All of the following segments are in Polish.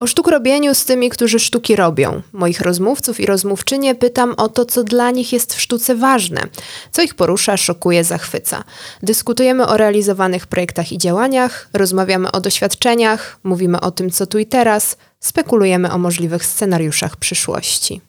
O sztukrobieniu z tymi, którzy sztuki robią. Moich rozmówców i rozmówczynie pytam o to, co dla nich jest w sztuce ważne, co ich porusza, szokuje, zachwyca. Dyskutujemy o realizowanych projektach i działaniach, rozmawiamy o doświadczeniach, mówimy o tym, co tu i teraz, spekulujemy o możliwych scenariuszach przyszłości.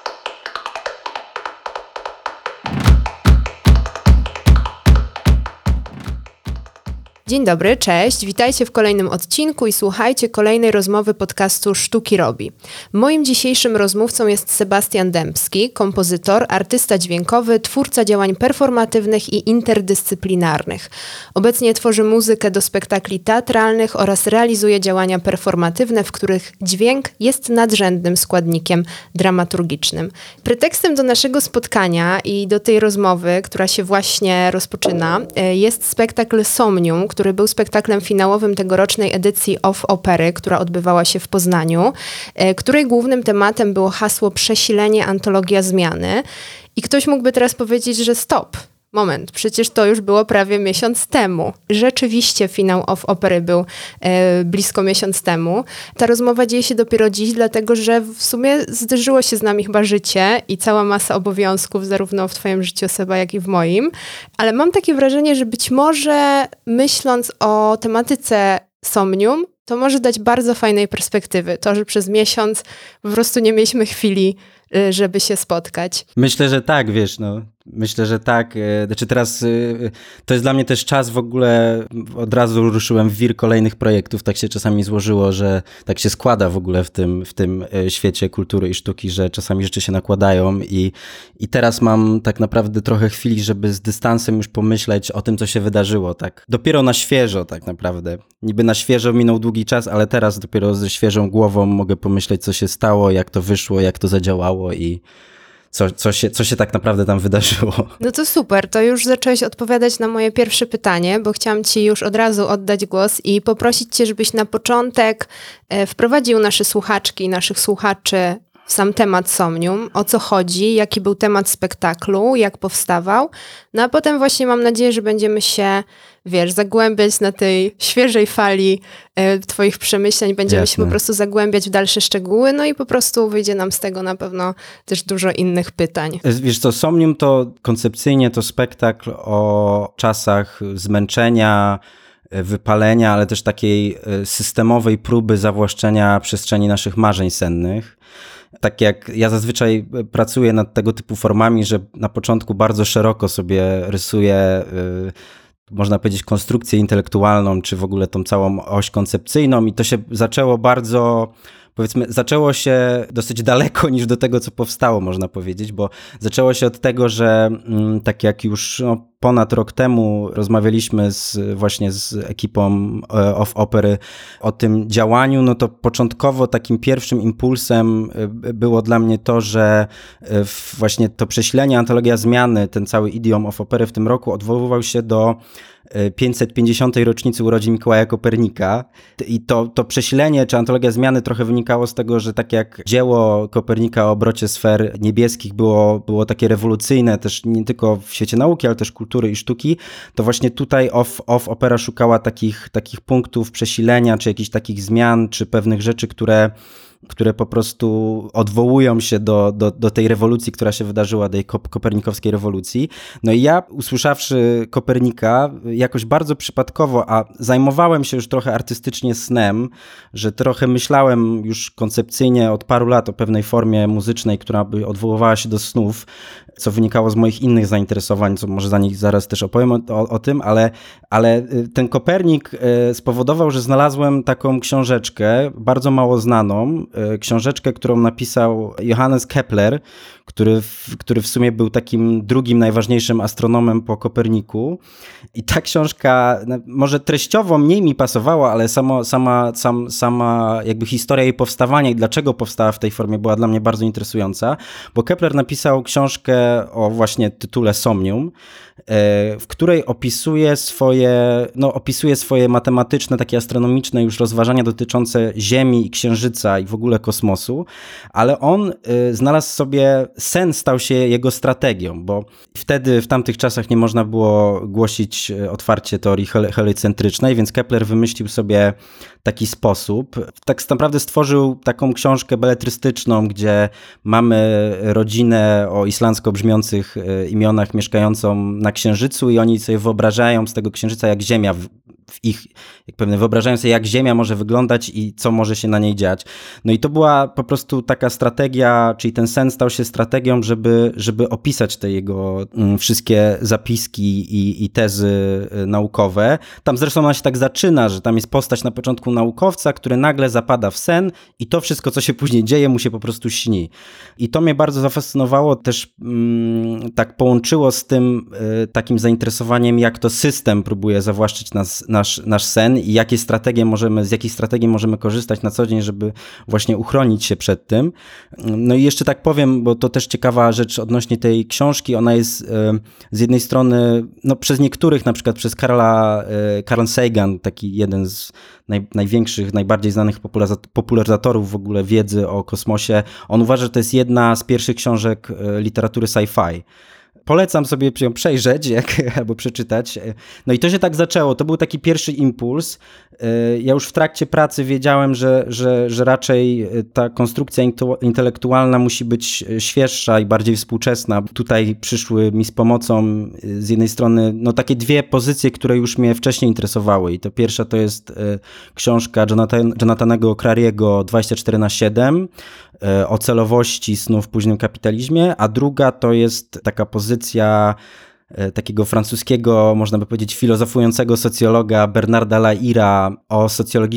Dzień dobry, cześć, witajcie w kolejnym odcinku i słuchajcie kolejnej rozmowy podcastu Sztuki Robi. Moim dzisiejszym rozmówcą jest Sebastian Dębski, kompozytor, artysta dźwiękowy, twórca działań performatywnych i interdyscyplinarnych. Obecnie tworzy muzykę do spektakli teatralnych oraz realizuje działania performatywne, w których dźwięk jest nadrzędnym składnikiem dramaturgicznym. Pretekstem do naszego spotkania i do tej rozmowy, która się właśnie rozpoczyna, jest spektakl Somnium, który był spektaklem finałowym tegorocznej edycji Off Opery, która odbywała się w Poznaniu, której głównym tematem było hasło Przesilenie, antologia zmiany. I ktoś mógłby teraz powiedzieć, że stop, moment, przecież to już było prawie miesiąc temu. Rzeczywiście finał Off Opery był blisko miesiąc temu. Ta rozmowa dzieje się dopiero dziś, dlatego że w sumie zderzyło się z nami chyba życie i cała masa obowiązków, zarówno w twoim życiu, Seba, jak i w moim. Ale mam takie wrażenie, że być może myśląc o tematyce Somnium, to może dać bardzo fajnej perspektywy. To, że przez miesiąc po prostu nie mieliśmy chwili, żeby się spotkać. Myślę, że tak, wiesz, Myślę, że tak. Znaczy teraz to jest dla mnie też czas w ogóle, od razu ruszyłem w wir kolejnych projektów, tak się czasami złożyło, że tak się składa w ogóle w tym świecie kultury i sztuki, że czasami rzeczy się nakładają i teraz mam tak naprawdę trochę chwili, żeby z dystansem już pomyśleć o tym, co się wydarzyło, tak. Dopiero na świeżo tak naprawdę. Niby na świeżo minął długi czas, ale teraz dopiero ze świeżą głową mogę pomyśleć, co się stało, jak to wyszło, jak to zadziałało i co się tak naprawdę tam wydarzyło. No to super, to już zacząłeś odpowiadać na moje pierwsze pytanie, bo chciałam ci już od razu oddać głos i poprosić cię, żebyś na początek wprowadził nasze słuchaczki i naszych słuchaczy w sam temat Somnium, o co chodzi, jaki był temat spektaklu, jak powstawał, no a potem właśnie mam nadzieję, że będziemy się, zagłębiać na tej świeżej fali twoich przemyśleń, będziemy się po prostu zagłębiać w dalsze szczegóły, no i po prostu wyjdzie nam z tego na pewno też dużo innych pytań. Wiesz co, Somnium to koncepcyjnie to spektakl o czasach zmęczenia, wypalenia, ale też takiej systemowej próby zawłaszczenia przestrzeni naszych marzeń sennych. Tak jak ja zazwyczaj pracuję nad tego typu formami, że na początku bardzo szeroko sobie rysuję, można powiedzieć, konstrukcję intelektualną, czy w ogóle tą całą oś koncepcyjną i to się zaczęło bardzo, powiedzmy, zaczęło się dosyć daleko niż do tego, co powstało, można powiedzieć, bo zaczęło się od tego, że tak jak już ponad rok temu rozmawialiśmy właśnie z ekipą Off Opery o tym działaniu, no to początkowo takim pierwszym impulsem było dla mnie to, że właśnie to przesilenie, antologia zmiany, ten cały idiom Off Opery w tym roku odwoływał się do 550. rocznicy urodzin Mikołaja Kopernika i to przesilenie, czy antologia zmiany trochę wynikało z tego, że tak jak dzieło Kopernika o obrocie sfer niebieskich było takie rewolucyjne też nie tylko w świecie nauki, ale też kultury i sztuki, to właśnie tutaj Off Opera szukała takich punktów przesilenia, czy jakichś takich zmian, czy pewnych rzeczy, które po prostu odwołują się do tej rewolucji, która się wydarzyła, tej kopernikowskiej rewolucji. No i ja, usłyszawszy Kopernika, jakoś bardzo przypadkowo, a zajmowałem się już trochę artystycznie snem, że trochę myślałem już koncepcyjnie od paru lat o pewnej formie muzycznej, która by odwoływała się do snów, co wynikało z moich innych zainteresowań, co może zaraz też opowiem o tym, ale ten Kopernik spowodował, że znalazłem taką książeczkę, bardzo mało znaną, książeczkę, którą napisał Johannes Kepler, który w sumie był takim drugim najważniejszym astronomem po Koperniku. I ta książka może treściowo mniej mi pasowała, ale sama jakby historia jej powstawania i dlaczego powstała w tej formie była dla mnie bardzo interesująca, bo Kepler napisał książkę o właśnie tytule Somnium w której opisuje swoje matematyczne, takie astronomiczne już rozważania dotyczące Ziemi i Księżyca i w ogóle kosmosu, ale on znalazł sobie, sen stał się jego strategią, bo wtedy w tamtych czasach nie można było głosić otwarcie teorii heliocentrycznej, więc Kepler wymyślił sobie taki sposób. Tak naprawdę stworzył taką książkę beletrystyczną, gdzie mamy rodzinę o islandzko brzmiących imionach mieszkającą na Księżycu i oni sobie wyobrażają z tego Księżyca, jak Ziemia wyobrażają sobie, jak Ziemia może wyglądać i co może się na niej dziać. No i to była po prostu taka strategia, czyli ten sen stał się strategią, żeby opisać te jego wszystkie zapiski i tezy naukowe. Tam zresztą ona się tak zaczyna, że tam jest postać na początku naukowca, który nagle zapada w sen i to wszystko, co się później dzieje, mu się po prostu śni. I to mnie bardzo zafascynowało, też tak połączyło z tym takim zainteresowaniem, jak to system próbuje zawłaszczyć nasz sen i z jakich strategii możemy korzystać na co dzień, żeby właśnie uchronić się przed tym. No i jeszcze tak powiem, bo to też ciekawa rzecz odnośnie tej książki, ona jest z jednej strony, no przez niektórych, na przykład przez Carl Sagan, taki jeden z największych, najbardziej znanych popularyzatorów w ogóle wiedzy o kosmosie, on uważa, że to jest jedna z pierwszych książek literatury sci-fi. Polecam sobie ją przejrzeć albo przeczytać. No i to się tak zaczęło. To był taki pierwszy impuls. Ja już w trakcie pracy wiedziałem, że raczej ta konstrukcja intelektualna musi być świeższa i bardziej współczesna. Tutaj przyszły mi z pomocą z jednej strony no takie dwie pozycje, które już mnie wcześniej interesowały. I to pierwsza to jest książka Jonathanego Crariego 24/7 o celowości snu w późnym kapitalizmie, a druga to jest taka pozycja takiego francuskiego, można by powiedzieć, filozofującego socjologa Bernarda Lahira o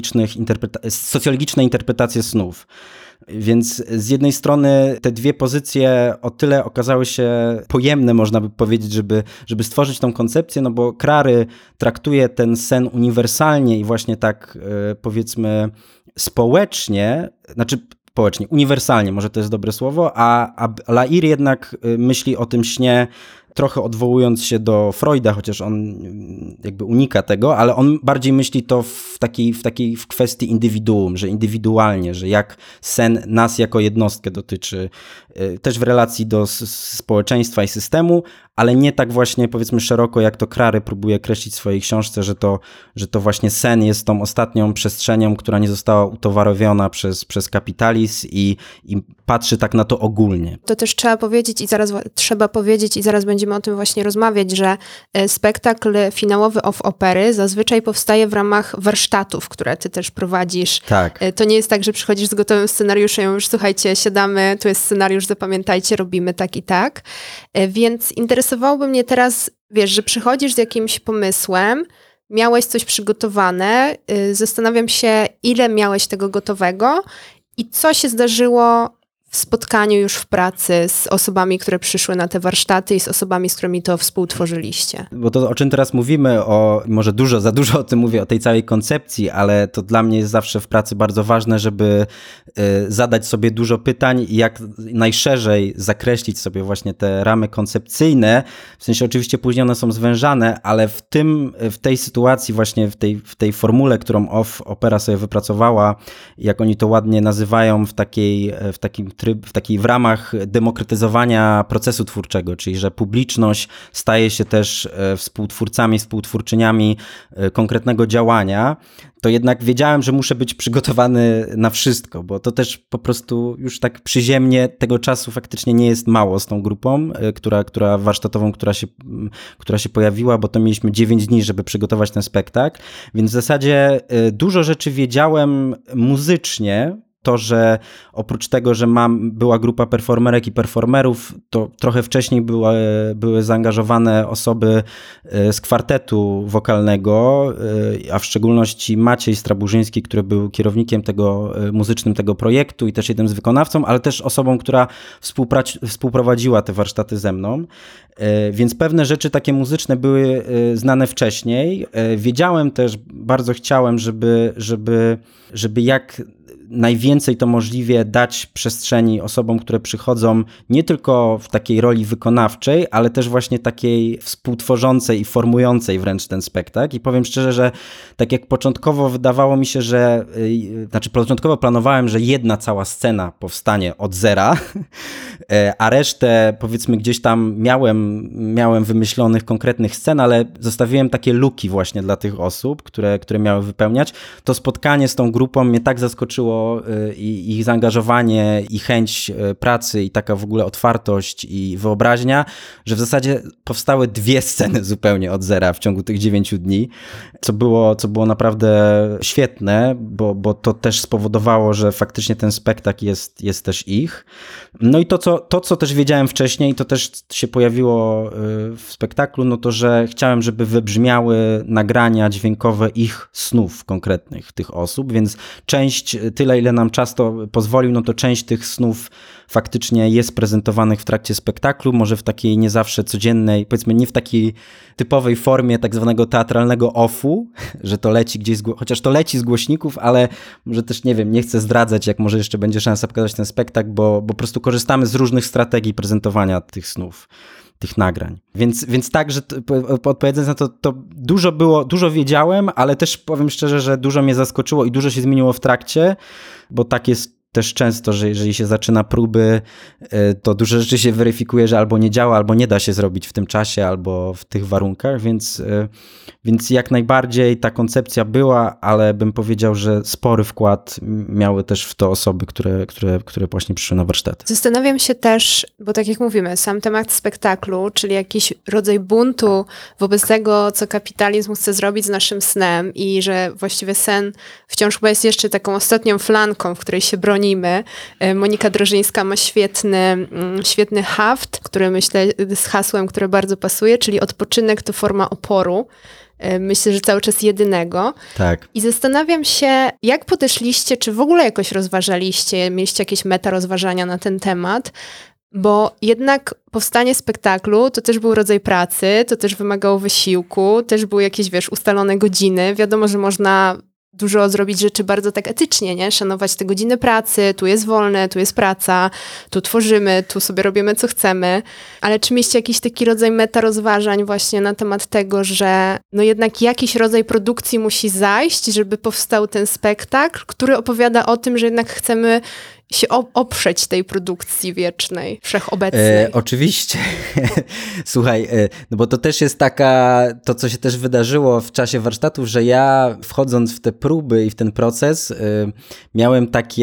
socjologicznej interpretacji snów. Więc z jednej strony te dwie pozycje o tyle okazały się pojemne, można by powiedzieć, żeby stworzyć tą koncepcję, no bo Crary traktuje ten sen uniwersalnie i właśnie tak powiedzmy uniwersalnie, może to jest dobre słowo, a Lahir jednak myśli o tym śnie trochę odwołując się do Freuda, chociaż on jakby unika tego, ale on bardziej myśli to w kwestii indywiduum, że indywidualnie, że jak sen nas jako jednostkę dotyczy też w relacji do społeczeństwa i systemu, ale nie tak właśnie powiedzmy szeroko, jak to Crary próbuje kreślić w swojej książce, że to właśnie sen jest tą ostatnią przestrzenią, która nie została utowarowiona przez kapitalizm i patrzy tak na to ogólnie. To też trzeba powiedzieć i zaraz będziemy o tym właśnie rozmawiać, że spektakl finałowy opery zazwyczaj powstaje w ramach warsztatów, które ty też prowadzisz. Tak. To nie jest tak, że przychodzisz z gotowym scenariuszem, już słuchajcie, siadamy, tu jest scenariusz, zapamiętajcie, robimy tak i tak. Więc interesowałoby mnie teraz, wiesz, że przychodzisz z jakimś pomysłem, miałeś coś przygotowane, zastanawiam się, ile miałeś tego gotowego i co się zdarzyło w spotkaniu już w pracy z osobami, które przyszły na te warsztaty i z osobami, z którymi to współtworzyliście. Bo to, o czym teraz mówimy, może za dużo o tym mówię, o tej całej koncepcji, ale to dla mnie jest zawsze w pracy bardzo ważne, żeby zadać sobie dużo pytań i jak najszerzej zakreślić sobie właśnie te ramy koncepcyjne. W sensie oczywiście później one są zwężane, ale w tej sytuacji właśnie, w tej formule, którą Opera sobie wypracowała, jak oni to ładnie nazywają w ramach demokratyzowania procesu twórczego, czyli że publiczność staje się też współtwórcami, współtwórczyniami konkretnego działania, to jednak wiedziałem, że muszę być przygotowany na wszystko, bo to też po prostu już tak przyziemnie tego czasu faktycznie nie jest mało z tą grupą, warsztatową, która się pojawiła, bo to mieliśmy 9 dni, żeby przygotować ten spektakl, więc w zasadzie dużo rzeczy wiedziałem muzycznie. To, że oprócz tego, że była grupa performerek i performerów, to trochę wcześniej były zaangażowane osoby z kwartetu wokalnego, a w szczególności Maciej Straburzyński, który był kierownikiem muzycznym tego projektu i też jednym z wykonawcą, ale też osobą, która współprowadziła te warsztaty ze mną. Więc pewne rzeczy takie muzyczne były znane wcześniej. Wiedziałem też, bardzo chciałem, żeby jak najwięcej to możliwie dać przestrzeni osobom, które przychodzą nie tylko w takiej roli wykonawczej, ale też właśnie takiej współtworzącej i formującej wręcz ten spektakl. I powiem szczerze, że tak jak początkowo wydawało mi się, początkowo planowałem, że jedna cała scena powstanie od zera, a resztę powiedzmy gdzieś tam miałem wymyślonych konkretnych scen, ale zostawiłem takie luki właśnie dla tych osób, które miały wypełniać. To spotkanie z tą grupą mnie tak zaskoczyło i ich zaangażowanie i chęć pracy i taka w ogóle otwartość i wyobraźnia, że w zasadzie powstały 2 sceny zupełnie od zera w ciągu tych 9 dni, co było naprawdę świetne, bo to też spowodowało, że faktycznie ten spektakl jest też ich. No i to, co też wiedziałem wcześniej, to też się pojawiło w spektaklu, no to, że chciałem, żeby wybrzmiały nagrania dźwiękowe ich snów konkretnych tych osób, więc część, tyle ile nam czas to pozwolił, no to część tych snów faktycznie jest prezentowanych w trakcie spektaklu, może w takiej nie zawsze codziennej, powiedzmy nie w takiej typowej formie tak zwanego teatralnego offu, że to leci gdzieś, chociaż to leci z głośników, ale może też nie wiem, nie chcę zdradzać, jak może jeszcze będzie szansa pokazać ten spektakl, bo po prostu korzystamy z różnych strategii prezentowania tych snów, tych nagrań. Więc tak, że odpowiadając na to dużo wiedziałem, ale też powiem szczerze, że dużo mnie zaskoczyło i dużo się zmieniło w trakcie, bo tak jest też często, że jeżeli się zaczyna próby, to dużo rzeczy się weryfikuje, że albo nie działa, albo nie da się zrobić w tym czasie, albo w tych warunkach, więc jak najbardziej ta koncepcja była, ale bym powiedział, że spory wkład miały też w to osoby, które właśnie przyszły na warsztaty. Zastanawiam się też, bo tak jak mówimy, sam temat spektaklu, czyli jakiś rodzaj buntu wobec tego, co kapitalizm chce zrobić z naszym snem i że właściwie sen wciąż chyba jest jeszcze taką ostatnią flanką, w której się bronimy. Monika Drożyńska ma świetny haft, który myślę z hasłem, które bardzo pasuje, czyli odpoczynek to forma oporu. Myślę, że cały czas jedynego. Tak. I zastanawiam się, jak podeszliście, czy w ogóle jakoś rozważaliście, mieliście jakieś meta rozważania na ten temat, bo jednak powstanie spektaklu to też był rodzaj pracy, to też wymagało wysiłku, też były jakieś, ustalone godziny. Wiadomo, że można dużo zrobić rzeczy bardzo tak etycznie, nie? Szanować te godziny pracy, tu jest wolne, tu jest praca, tu tworzymy, tu sobie robimy co chcemy. Ale czy mieliście jakiś taki rodzaj meta rozważań właśnie na temat tego, że no jednak jakiś rodzaj produkcji musi zajść, żeby powstał ten spektakl, który opowiada o tym, że jednak chcemy się oprzeć tej produkcji wiecznej, wszechobecnej. Oczywiście. Słuchaj, no bo to też jest to co się też wydarzyło w czasie warsztatów, że ja wchodząc w te próby i w ten proces miałem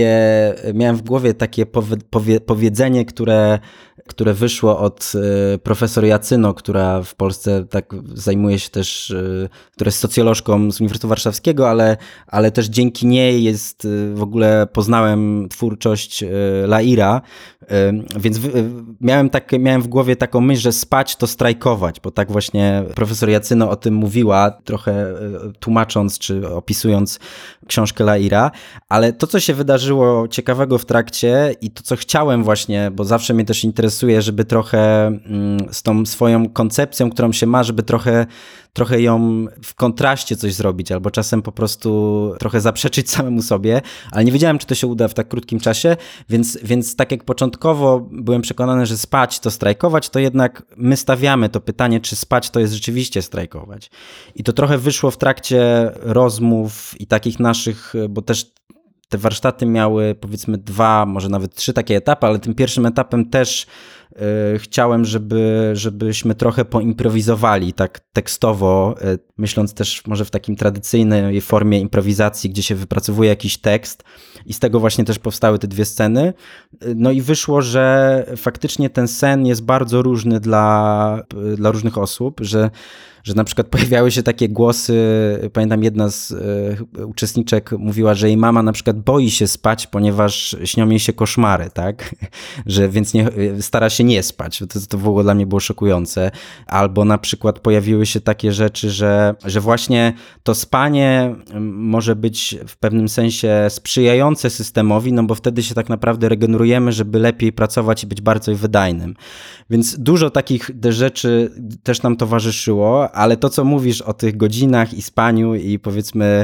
w głowie takie powiedzenie, które wyszło od profesor Jacyno, która w Polsce tak zajmuje się też, która jest socjolożką z Uniwersytetu Warszawskiego, ale też dzięki niej w ogóle poznałem twórczość Laira, więc miałem w głowie taką myśl, że spać to strajkować, bo tak właśnie profesor Jacyno o tym mówiła, trochę tłumacząc czy opisując książkę Laira, ale to, co się wydarzyło ciekawego w trakcie i to, co chciałem właśnie, bo zawsze mnie też interesuje, żeby trochę z tą swoją koncepcją, którą się ma, żeby trochę ją w kontraście coś zrobić, albo czasem po prostu trochę zaprzeczyć samemu sobie, ale nie wiedziałem, czy to się uda w tak krótkim czasie, więc tak jak początkowo byłem przekonany, że spać to strajkować, to jednak my stawiamy to pytanie, czy spać to jest rzeczywiście strajkować. I to trochę wyszło w trakcie rozmów i takich naszych, bo też te warsztaty miały powiedzmy 2, może nawet 3 takie etapy, ale tym pierwszym etapem też chciałem, żebyśmy trochę poimprowizowali tak tekstowo, myśląc też może w takim tradycyjnej formie improwizacji, gdzie się wypracowuje jakiś tekst i z tego właśnie też powstały te 2 sceny. No i wyszło, że faktycznie ten sen jest bardzo różny dla różnych osób, że na przykład pojawiały się takie głosy, pamiętam jedna z uczestniczek mówiła, że jej mama na przykład boi się spać, ponieważ śnią jej się koszmary, tak? Więc stara się nie spać. To w ogóle dla mnie było szokujące. Albo na przykład pojawiły się takie rzeczy, że właśnie to spanie może być w pewnym sensie sprzyjające systemowi, no bo wtedy się tak naprawdę regenerujemy, żeby lepiej pracować i być bardziej wydajnym. Więc dużo takich rzeczy też nam towarzyszyło, ale to, co mówisz o tych godzinach i spaniu i powiedzmy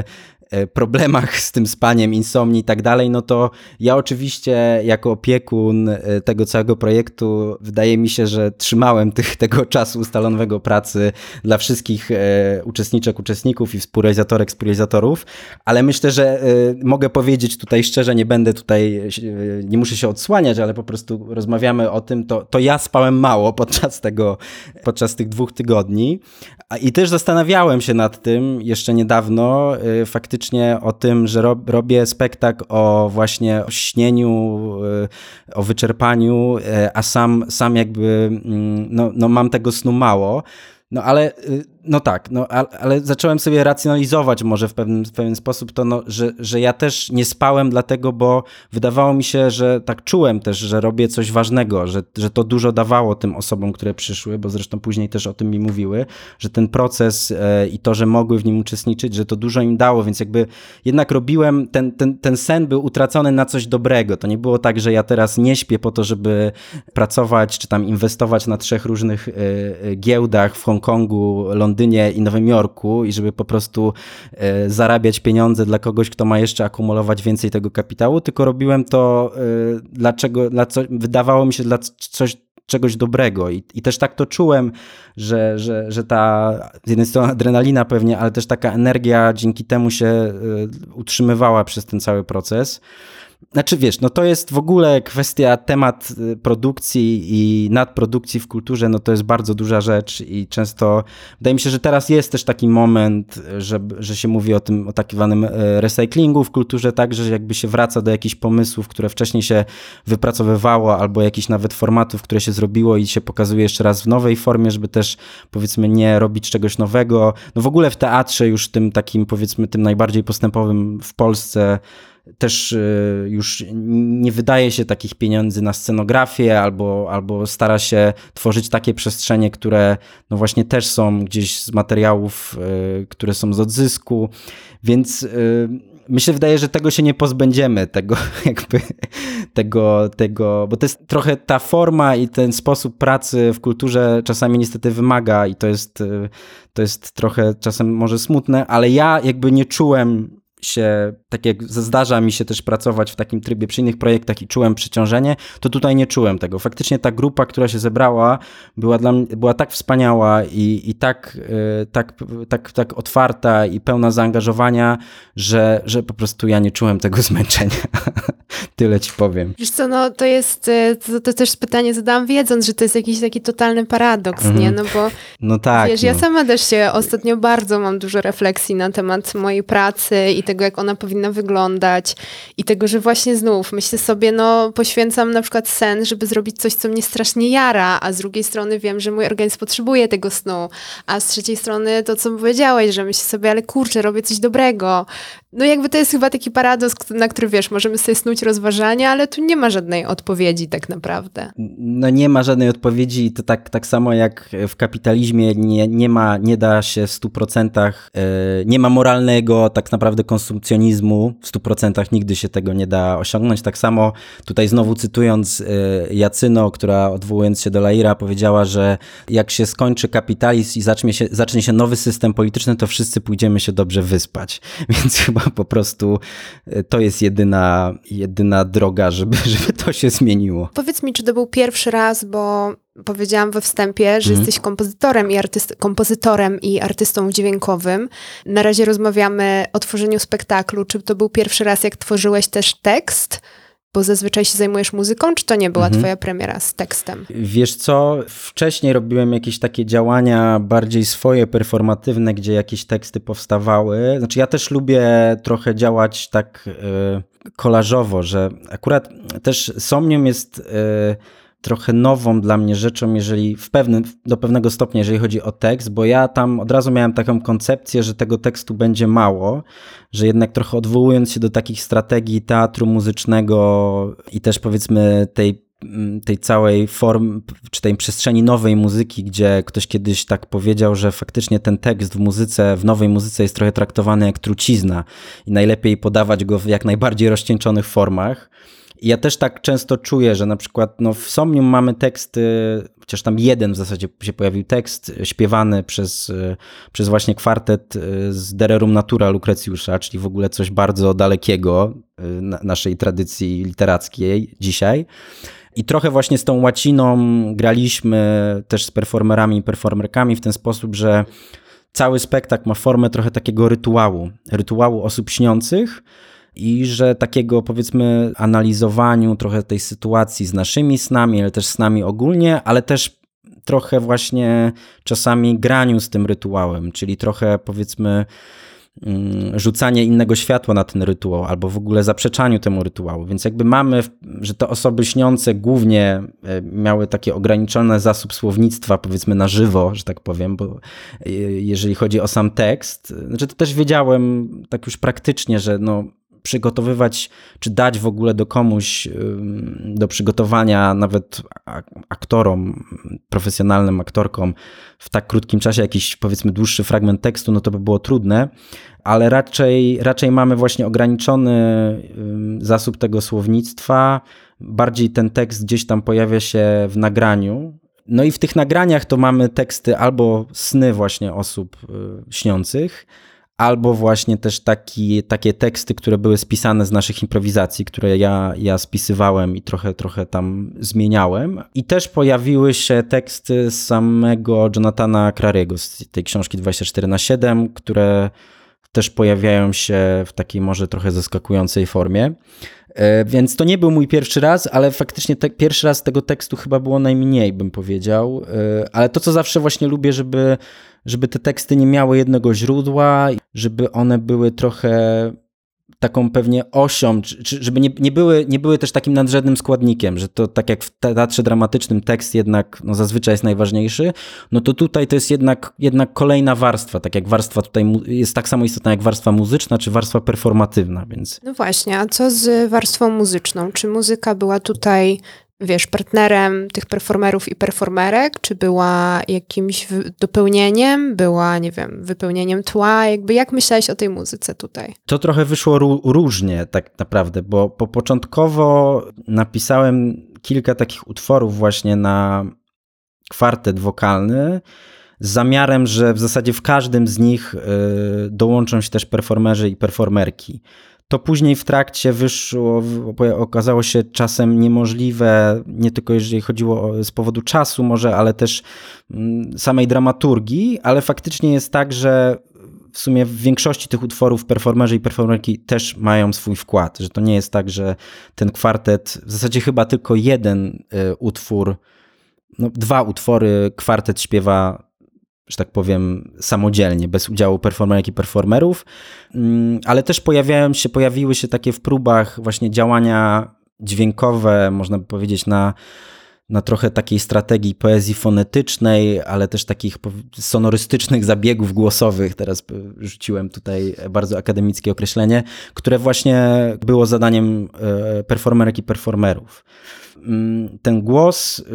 problemach z tym spaniem, insomnii i tak dalej, no to ja oczywiście jako opiekun tego całego projektu wydaje mi się, że trzymałem tego czasu ustalonego pracy dla wszystkich uczestników i współrealizatorów, ale myślę, że mogę powiedzieć tutaj szczerze, nie muszę się odsłaniać, ale po prostu rozmawiamy o tym, to ja spałem mało podczas tych 2 tygodni i też zastanawiałem się nad tym jeszcze niedawno, faktycznie o tym, że robię spektakl o właśnie o śnieniu, o wyczerpaniu, a sam jakby no mam tego snu mało. No ale, ale zacząłem sobie racjonalizować może w pewien sposób to, że ja też nie spałem dlatego, bo wydawało mi się, że tak czułem też, że robię coś ważnego, że to dużo dawało tym osobom, które przyszły, bo zresztą później też o tym mi mówiły, że ten proces i to, że mogły w nim uczestniczyć, że to dużo im dało, więc jakby jednak robiłem, ten sen był utracony na coś dobrego. To nie było tak, że ja teraz nie śpię po to, żeby pracować, czy tam inwestować na 3 różnych giełdach w Hongkongu, Londynie i Nowym Jorku i żeby po prostu zarabiać pieniądze dla kogoś, kto ma jeszcze akumulować więcej tego kapitału, tylko robiłem to wydawało mi się dla czegoś dobrego i też tak to czułem, że ta z jednej strony adrenalina pewnie, ale też taka energia dzięki temu się utrzymywała przez ten cały proces. Znaczy wiesz, no to jest w ogóle temat produkcji i nadprodukcji w kulturze, no to jest bardzo duża rzecz i często wydaje mi się, że teraz jest też taki moment, że się mówi o tym o tak zwanym recyklingu w kulturze, tak, że jakby się wraca do jakichś pomysłów, które wcześniej się wypracowywało albo jakichś nawet formatów, które się zrobiło i się pokazuje jeszcze raz w nowej formie, żeby też powiedzmy nie robić czegoś nowego. No w ogóle w teatrze już tym takim powiedzmy tym najbardziej postępowym w Polsce też już nie wydaje się takich pieniędzy na scenografię albo stara się tworzyć takie przestrzenie, które no właśnie też są gdzieś z materiałów, które są z odzysku, więc mi się wydaje, że tego się nie pozbędziemy, bo to jest trochę ta forma i ten sposób pracy w kulturze czasami niestety wymaga i to jest trochę czasem może smutne, ale ja jakby nie czułem się, tak jak zdarza mi się też pracować w takim trybie przy innych projektach i czułem przeciążenie, to tutaj nie czułem tego. Faktycznie ta grupa, która się zebrała, była dla mnie, była tak wspaniała i tak otwarta i pełna zaangażowania, że po prostu ja nie czułem tego zmęczenia. Tyle ci powiem. Wiesz co, no to jest, to też pytanie zadałam wiedząc, że to jest jakiś taki totalny paradoks, nie? No bo no tak, wiesz, ja sama też się ostatnio bardzo mam dużo refleksji na temat mojej pracy i tego, jak ona powinna wyglądać i tego, że właśnie znów myślę sobie, no poświęcam na przykład sen, żeby zrobić coś, co mnie strasznie jara, a z drugiej strony wiem, że mój organizm potrzebuje tego snu, a z trzeciej strony to, co powiedziałeś, że myślę sobie, ale kurczę, robię coś dobrego. No jakby to jest chyba taki paradoks, na który wiesz, możemy sobie snuć rozważania, ale tu nie ma żadnej odpowiedzi tak naprawdę. No nie ma żadnej odpowiedzi i to tak samo jak w kapitalizmie nie da się w 100%, nie ma moralnego tak naprawdę konsumpcjonizmu, w 100% nigdy się tego nie da osiągnąć. Tak samo tutaj znowu cytując Jacyno, która odwołując się do Laira powiedziała, że jak się skończy kapitalizm i zacznie się nowy system polityczny, to wszyscy pójdziemy się dobrze wyspać. Więc chyba po prostu to jest jedyna droga, żeby to się zmieniło. Powiedz mi, czy to był pierwszy raz, bo powiedziałam we wstępie, że jesteś kompozytorem i artystą dźwiękowym. Na razie rozmawiamy o tworzeniu spektaklu. Czy to był pierwszy raz, jak tworzyłeś też tekst? Bo zazwyczaj się zajmujesz muzyką, czy to nie była twoja premiera z tekstem? Wiesz co, wcześniej robiłem jakieś takie działania bardziej swoje, performatywne, gdzie jakieś teksty powstawały. Znaczy ja też lubię trochę działać tak kolażowo, że akurat też Somnium jest trochę nową dla mnie rzeczą, jeżeli do pewnego stopnia, jeżeli chodzi o tekst, bo ja tam od razu miałem taką koncepcję, że tego tekstu będzie mało, że jednak trochę odwołując się do takich strategii teatru muzycznego i też powiedzmy tej całej formy, czy tej przestrzeni nowej muzyki, gdzie ktoś kiedyś tak powiedział, że faktycznie ten tekst w nowej muzyce jest trochę traktowany jak trucizna i najlepiej podawać go w jak najbardziej rozcieńczonych formach. Ja też tak często czuję, że na przykład w Somnium mamy teksty, chociaż tam jeden w zasadzie się pojawił tekst śpiewany przez właśnie kwartet z De Rerum Natura Lukrecjusza, czyli w ogóle coś bardzo dalekiego naszej tradycji literackiej dzisiaj. I trochę właśnie z tą łaciną graliśmy też z performerami i performerkami w ten sposób, że cały spektakl ma formę trochę takiego rytuału osób śniących i że takiego powiedzmy analizowaniu trochę tej sytuacji z naszymi snami, ale też snami ogólnie, ale też trochę właśnie czasami graniu z tym rytuałem, czyli trochę powiedzmy rzucanie innego światła na ten rytuał albo w ogóle zaprzeczaniu temu rytuału. Więc jakby mamy, że te osoby śniące głównie miały takie ograniczony zasób słownictwa, powiedzmy na żywo, że tak powiem, bo jeżeli chodzi o sam tekst, znaczy to też wiedziałem tak już praktycznie, że przygotowywać, czy dać w ogóle do komuś do przygotowania nawet aktorom, profesjonalnym aktorkom w tak krótkim czasie jakiś powiedzmy dłuższy fragment tekstu, to by było trudne, ale raczej mamy właśnie ograniczony zasób tego słownictwa, bardziej ten tekst gdzieś tam pojawia się w nagraniu. No i w tych nagraniach to mamy teksty albo sny właśnie osób śniących, albo właśnie też takie teksty, które były spisane z naszych improwizacji, które ja spisywałem i trochę tam zmieniałem. I też pojawiły się teksty z samego Jonathana Crariego, z tej książki 24/7, które też pojawiają się w takiej może trochę zaskakującej formie. Więc to nie był mój pierwszy raz, ale faktycznie pierwszy raz tego tekstu chyba było najmniej, bym powiedział. Ale to, co zawsze właśnie lubię, żeby te teksty nie miały jednego źródła, żeby one były trochę taką pewnie osią, czy żeby nie były też takim nadrzędnym składnikiem, że to tak jak w teatrze dramatycznym tekst jednak zazwyczaj jest najważniejszy, to tutaj to jest jednak kolejna warstwa, tak jak warstwa tutaj jest tak samo istotna jak warstwa muzyczna, czy warstwa performatywna, więc... No właśnie, a co z warstwą muzyczną? Czy muzyka była tutaj, partnerem tych performerów i performerek, czy była jakimś dopełnieniem, była, wypełnieniem tła, jak myślałeś o tej muzyce tutaj? To trochę wyszło różnie tak naprawdę, bo początkowo napisałem kilka takich utworów właśnie na kwartet wokalny z zamiarem, że w zasadzie w każdym z nich dołączą się też performerzy i performerki. To później w trakcie okazało się czasem niemożliwe, nie tylko jeżeli chodziło z powodu czasu może, ale też samej dramaturgii, ale faktycznie jest tak, że w sumie w większości tych utworów performerzy i performerki też mają swój wkład, że to nie jest tak, że ten kwartet, w zasadzie chyba tylko jeden utwór, 2 utwory kwartet śpiewa, że tak powiem, samodzielnie, bez udziału performerek i performerów, ale też pojawiły się takie w próbach właśnie działania dźwiękowe, można by powiedzieć, na trochę takiej strategii poezji fonetycznej, ale też takich sonorystycznych zabiegów głosowych, teraz rzuciłem tutaj bardzo akademickie określenie, które właśnie było zadaniem performerek i performerów. Ten głos,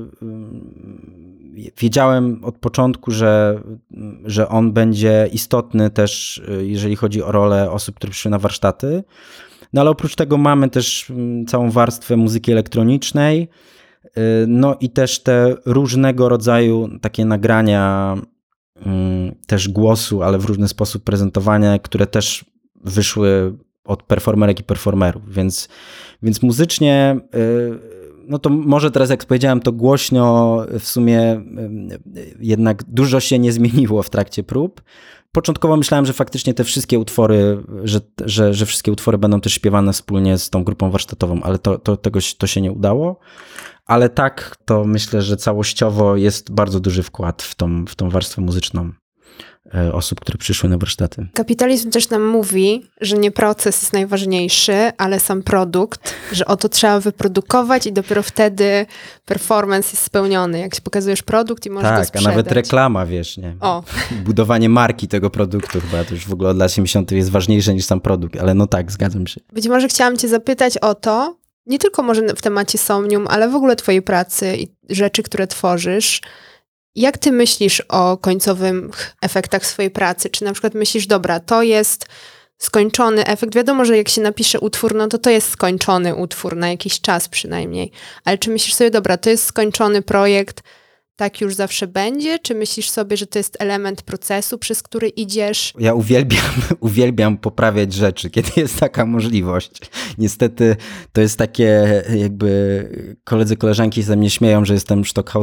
wiedziałem od początku, że on będzie istotny też, jeżeli chodzi o rolę osób, które przyszły na warsztaty. Ale oprócz tego mamy też całą warstwę muzyki elektronicznej, i też te różnego rodzaju takie nagrania też głosu, ale w różny sposób prezentowania, które też wyszły od performerek i performerów, więc muzycznie to może teraz jak powiedziałem to głośno, w sumie jednak dużo się nie zmieniło w trakcie prób. Początkowo myślałem, że faktycznie te wszystkie utwory, że wszystkie utwory będą też śpiewane wspólnie z tą grupą warsztatową, ale to się nie udało. Ale tak, to myślę, że całościowo jest bardzo duży wkład w tą warstwę muzyczną osób, które przyszły na warsztaty. Kapitalizm też nam mówi, że nie proces jest najważniejszy, ale sam produkt, że oto trzeba wyprodukować i dopiero wtedy performance jest spełniony. Jak się pokazujesz produkt i możesz go sprzedać. Tak, a nawet reklama, nie? O. Budowanie marki tego produktu chyba to już w ogóle od lat 70. jest ważniejsze niż sam produkt, ale tak, zgadzam się. Być może chciałam cię zapytać o to, nie tylko może w temacie Somnium, ale w ogóle twojej pracy i rzeczy, które tworzysz. Jak ty myślisz o końcowych efektach swojej pracy? Czy na przykład myślisz, dobra, to jest skończony efekt. Wiadomo, że jak się napisze utwór, no to jest skończony utwór na jakiś czas przynajmniej. Ale czy myślisz sobie, dobra, to jest skończony projekt, tak już zawsze będzie? Czy myślisz sobie, że to jest element procesu, przez który idziesz? Ja uwielbiam poprawiać rzeczy, kiedy jest taka możliwość. Niestety to jest takie jakby koledzy, koleżanki ze mnie śmieją, że jestem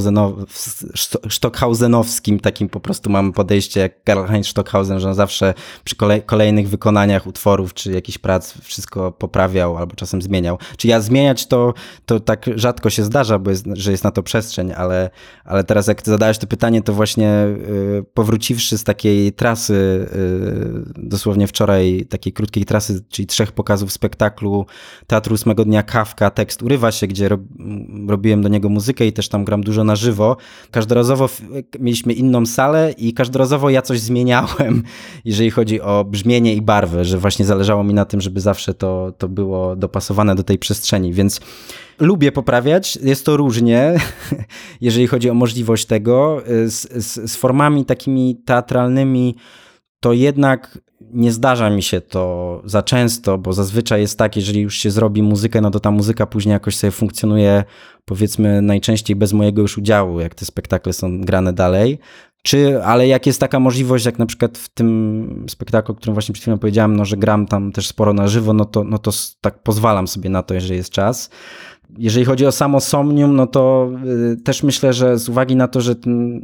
sztockhausenowskim, takim po prostu mam podejście jak Karl-Heinz Stockhausen, że on zawsze przy kolejnych wykonaniach utworów czy jakichś prac wszystko poprawiał albo czasem zmieniał. Czy ja zmieniać to tak rzadko się zdarza, że jest na to przestrzeń, ale teraz jak zadałeś to pytanie, to właśnie powróciwszy z takiej trasy, dosłownie wczoraj, takiej krótkiej trasy, czyli 3 pokazów spektaklu Teatru 8 Dnia Kafka, tekst urywa się, gdzie robiłem do niego muzykę i też tam gram dużo na żywo. Każdorazowo mieliśmy inną salę i każdorazowo ja coś zmieniałem, jeżeli chodzi o brzmienie i barwę, że właśnie zależało mi na tym, żeby zawsze to było dopasowane do tej przestrzeni, więc lubię poprawiać, jest to różnie, jeżeli chodzi o możliwość tego. Z formami takimi teatralnymi to jednak nie zdarza mi się to za często, bo zazwyczaj jest tak, jeżeli już się zrobi muzykę, no to ta muzyka później jakoś sobie funkcjonuje, powiedzmy najczęściej bez mojego już udziału, jak te spektakle są grane dalej. Ale jak jest taka możliwość, jak na przykład w tym spektaklu, o którym właśnie przed chwilą powiedziałem, no, że gram tam też sporo na żywo, no to tak pozwalam sobie na to, jeżeli jest czas. Jeżeli chodzi o samo Somnium, no to też myślę, że z uwagi na to, że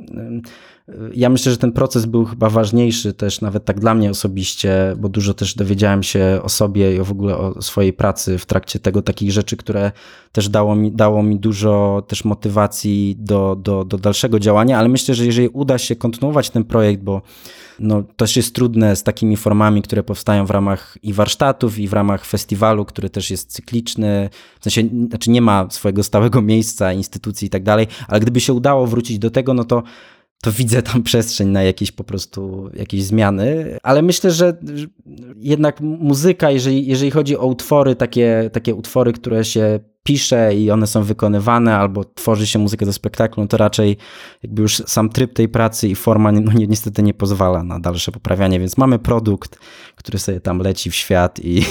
ja myślę, że ten proces był chyba ważniejszy też nawet tak dla mnie osobiście, bo dużo też dowiedziałem się o sobie i w ogóle o swojej pracy w trakcie tego, takich rzeczy, które też dało mi dużo też motywacji do dalszego działania, ale myślę, że jeżeli uda się kontynuować ten projekt, bo no, też jest trudne z takimi formami, które powstają w ramach i warsztatów, i w ramach festiwalu, który też jest cykliczny, w sensie, znaczy nie ma swojego stałego miejsca, instytucji i tak dalej, ale gdyby się udało wrócić do tego, no to widzę tam przestrzeń na jakieś zmiany, ale myślę, że jednak muzyka, jeżeli chodzi o utwory, takie utwory, które się pisze i one są wykonywane, albo tworzy się muzykę do spektaklu, no to raczej jakby już sam tryb tej pracy i forma niestety nie pozwala na dalsze poprawianie, więc mamy produkt, który sobie tam leci w świat i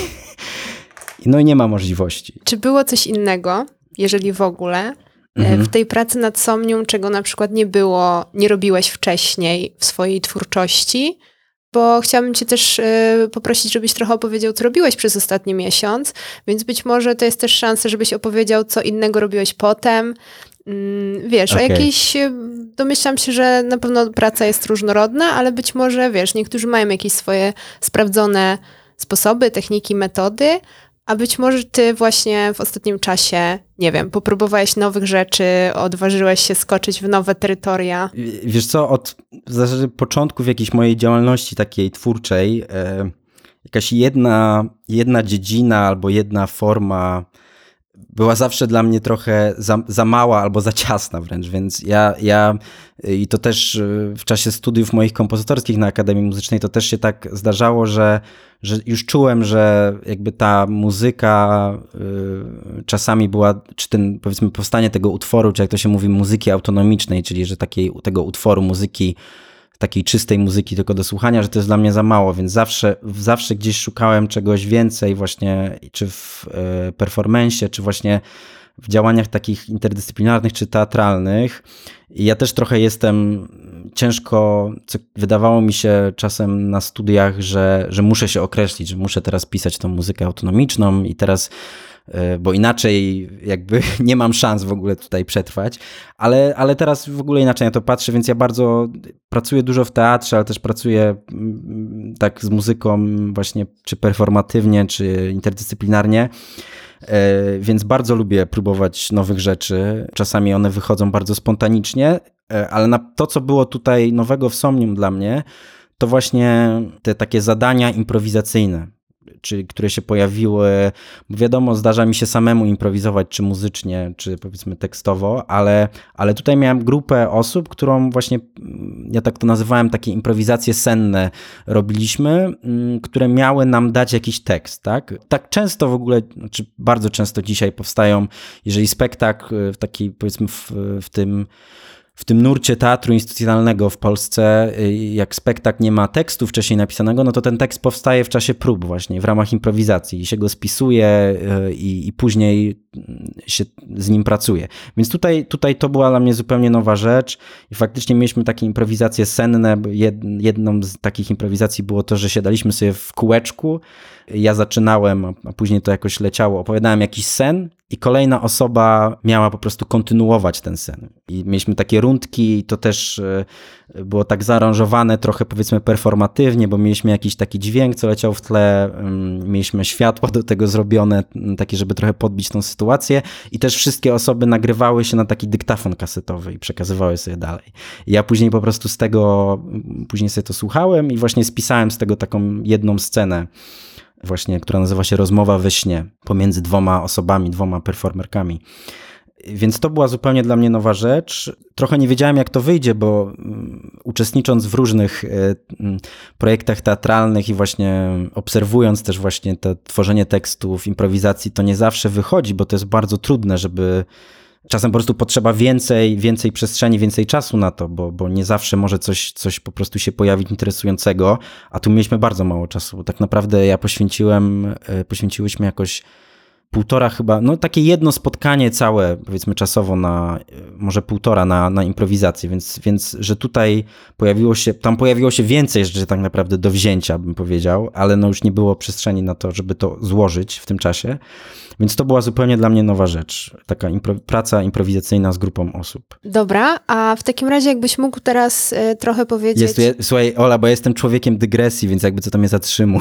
nie ma możliwości. Czy było coś innego, jeżeli w ogóle, w tej pracy nad Somnium, czego na przykład nie robiłeś wcześniej w swojej twórczości? Bo chciałabym cię też poprosić, żebyś trochę opowiedział, co robiłeś przez ostatni miesiąc, więc być może to jest też szansa, żebyś opowiedział, co innego robiłeś potem. Wiesz, Okay. Domyślam się, że na pewno praca jest różnorodna, ale być może, wiesz, niektórzy mają jakieś swoje sprawdzone sposoby, techniki, metody, a być może ty właśnie w ostatnim czasie, nie wiem, popróbowałeś nowych rzeczy, odważyłeś się skoczyć w nowe terytoria. Wiesz co, od w zasadzie początków jakiejś mojej działalności takiej twórczej, jakaś jedna dziedzina albo jedna forma była zawsze dla mnie trochę za mała albo za ciasna wręcz, więc ja i to też w czasie studiów moich kompozytorskich na Akademii Muzycznej to też się tak zdarzało, że już czułem, że jakby ta muzyka czasami była, czy ten powiedzmy powstanie tego utworu, czy jak to się mówi, muzyki autonomicznej, czyli że tego utworu muzyki, takiej czystej muzyki tylko do słuchania, że to jest dla mnie za mało, więc zawsze gdzieś szukałem czegoś więcej właśnie, czy w performance'ie, czy właśnie w działaniach takich interdyscyplinarnych, czy teatralnych. I ja też trochę jestem ciężko, co wydawało mi się czasem na studiach, że muszę się określić, że muszę teraz pisać tą muzykę autonomiczną i teraz, bo inaczej jakby nie mam szans w ogóle tutaj przetrwać, ale teraz w ogóle inaczej na to patrzę, więc ja bardzo pracuję dużo w teatrze, ale też pracuję tak z muzyką właśnie czy performatywnie, czy interdyscyplinarnie, więc bardzo lubię próbować nowych rzeczy. Czasami one wychodzą bardzo spontanicznie, ale to, co było tutaj nowego w Somnium dla mnie, to właśnie te takie zadania improwizacyjne, które się pojawiły, bo wiadomo, zdarza mi się samemu improwizować, czy muzycznie, czy powiedzmy tekstowo, ale tutaj miałem grupę osób, którą właśnie, ja tak to nazywałem, takie improwizacje senne robiliśmy, które miały nam dać jakiś tekst, tak? Tak często w ogóle, znaczy bardzo często dzisiaj powstają, jeżeli spektakl w takiej, powiedzmy w w tym nurcie teatru instytucjonalnego w Polsce, jak spektakl nie ma tekstu wcześniej napisanego, no to ten tekst powstaje w czasie prób właśnie, w ramach improwizacji i się go spisuje i później się z nim pracuje. Więc tutaj to była dla mnie zupełnie nowa rzecz i faktycznie mieliśmy takie improwizacje senne. Jedną z takich improwizacji było to, że siadaliśmy sobie w kółeczku, ja zaczynałem, a później to jakoś leciało, opowiadałem jakiś sen i kolejna osoba miała po prostu kontynuować ten sen. I mieliśmy takie rundki i to też było tak zaaranżowane trochę powiedzmy performatywnie, bo mieliśmy jakiś taki dźwięk, co leciał w tle, mieliśmy światło do tego zrobione, takie, żeby trochę podbić tą sytuację i też wszystkie osoby nagrywały się na taki dyktafon kasetowy i przekazywały sobie dalej. I ja później po prostu później sobie to słuchałem i właśnie spisałem z tego taką jedną scenę, właśnie, która nazywa się Rozmowa we śnie, pomiędzy dwoma osobami, dwoma performerkami. Więc to była zupełnie dla mnie nowa rzecz. Trochę nie wiedziałem, jak to wyjdzie, bo uczestnicząc w różnych projektach teatralnych i właśnie obserwując też właśnie to tworzenie tekstów, improwizacji, to nie zawsze wychodzi, bo to jest bardzo trudne, żeby czasem po prostu potrzeba więcej przestrzeni, więcej czasu na to, bo nie zawsze może coś po prostu się pojawić interesującego, a tu mieliśmy bardzo mało czasu, bo tak naprawdę ja poświęciłyśmy jakoś półtora chyba, no takie jedno spotkanie całe, powiedzmy czasowo może półtora na improwizację, więc że tutaj pojawiło się więcej rzeczy tak naprawdę do wzięcia, bym powiedział, ale no już nie było przestrzeni na to, żeby to złożyć w tym czasie, więc to była zupełnie dla mnie nowa rzecz, taka praca improwizacyjna z grupą osób. Dobra, a w takim razie jakbyś mógł teraz trochę powiedzieć... Słuchaj, Ola, bo ja jestem człowiekiem dygresji, więc jakby co to mnie zatrzymuje.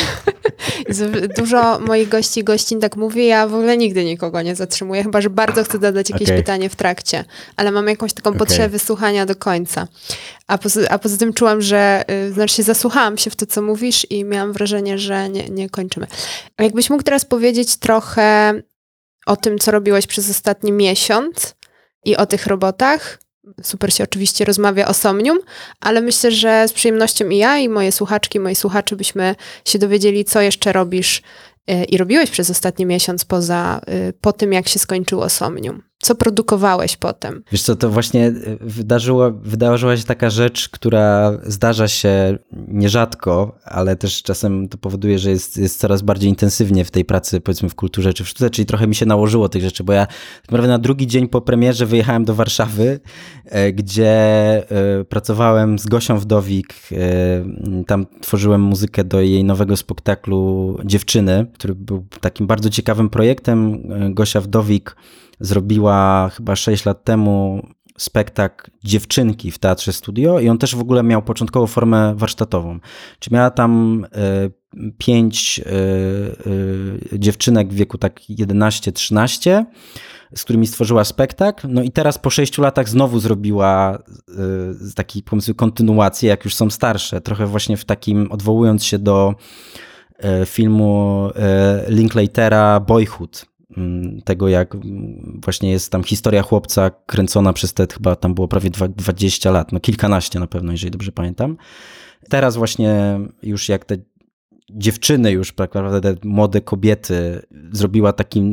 Dużo moich gości i gościń tak mówi, ja w ogóle nigdy nikogo nie zatrzymuję, chyba że bardzo chcę zadać jakieś pytanie w trakcie, ale mam jakąś taką potrzebę wysłuchania do końca. A poza tym czułam, że, zasłuchałam się w to, co mówisz i miałam wrażenie, że nie kończymy. A jakbyś mógł teraz powiedzieć trochę o tym, co robiłeś przez ostatni miesiąc i o tych robotach. Super się oczywiście rozmawia o Somnium, ale myślę, że z przyjemnością i ja, i moje słuchaczki, moi słuchacze byśmy się dowiedzieli, co jeszcze robisz i robiłeś przez ostatni miesiąc po tym, jak się skończyło Somnium. Co produkowałeś potem? Wiesz co, to właśnie wydarzyła się taka rzecz, która zdarza się nierzadko, ale też czasem to powoduje, że jest coraz bardziej intensywnie w tej pracy, powiedzmy w kulturze czy w sztuce, czyli trochę mi się nałożyło tych rzeczy, bo ja tak naprawdę na drugi dzień po premierze wyjechałem do Warszawy, gdzie pracowałem z Gosią Wdowik, tam tworzyłem muzykę do jej nowego spektaklu Dziewczyny, który był takim bardzo ciekawym projektem. Gosia Wdowik zrobiła chyba 6 lat temu spektakl Dziewczynki w Teatrze Studio i on też w ogóle miał początkowo formę warsztatową. Czyli miała tam 5 dziewczynek w wieku tak 11-13, z którymi stworzyła spektakl. No i teraz po 6 latach znowu zrobiła taki pomysł kontynuację, jak już są starsze. Trochę właśnie w takim, odwołując się do filmu Linklatera Boyhood, tego jak właśnie jest tam historia chłopca kręcona przez chyba tam było prawie 20 lat, no kilkanaście na pewno, jeżeli dobrze pamiętam. Teraz właśnie już jak te dziewczyny już, tak naprawdę te młode kobiety zrobiła taką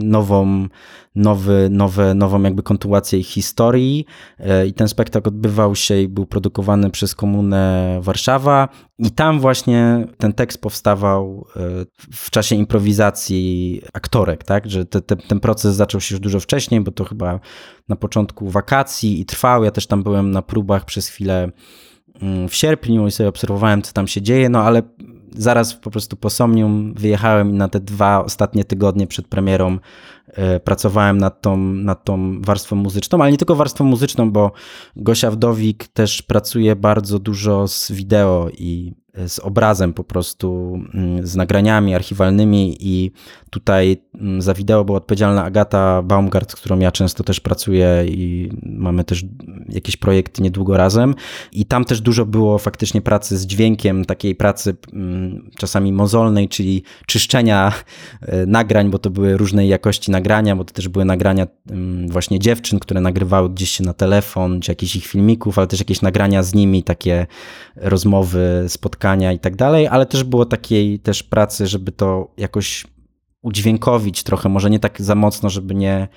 nową jakby kontynuację ich historii i ten spektakl odbywał się i był produkowany przez Komunę Warszawa i tam właśnie ten tekst powstawał w czasie improwizacji aktorek, tak, że ten proces zaczął się już dużo wcześniej, bo to chyba na początku wakacji i trwał, ja też tam byłem na próbach przez chwilę w sierpniu i sobie obserwowałem, co tam się dzieje, no ale zaraz po prostu po Somnium wyjechałem i na te 2 ostatnie tygodnie przed premierą pracowałem nad tą warstwą muzyczną, ale nie tylko warstwą muzyczną, bo Gosia Wdowik też pracuje bardzo dużo z wideo i z obrazem po prostu, z nagraniami archiwalnymi i tutaj za wideo była odpowiedzialna Agata Baumgart, z którą ja często też pracuję i mamy też jakieś projekty niedługo razem i tam też dużo było faktycznie pracy z dźwiękiem, takiej pracy czasami mozolnej, czyli czyszczenia nagrań, bo to były różnej jakości nagrania, bo to też były nagrania właśnie dziewczyn, które nagrywały gdzieś się na telefon, czy jakichś ich filmików, ale też jakieś nagrania z nimi, takie rozmowy, spotkania i tak dalej, ale też było takiej też pracy, żeby to jakoś udźwiękowić trochę, może nie tak za mocno, żeby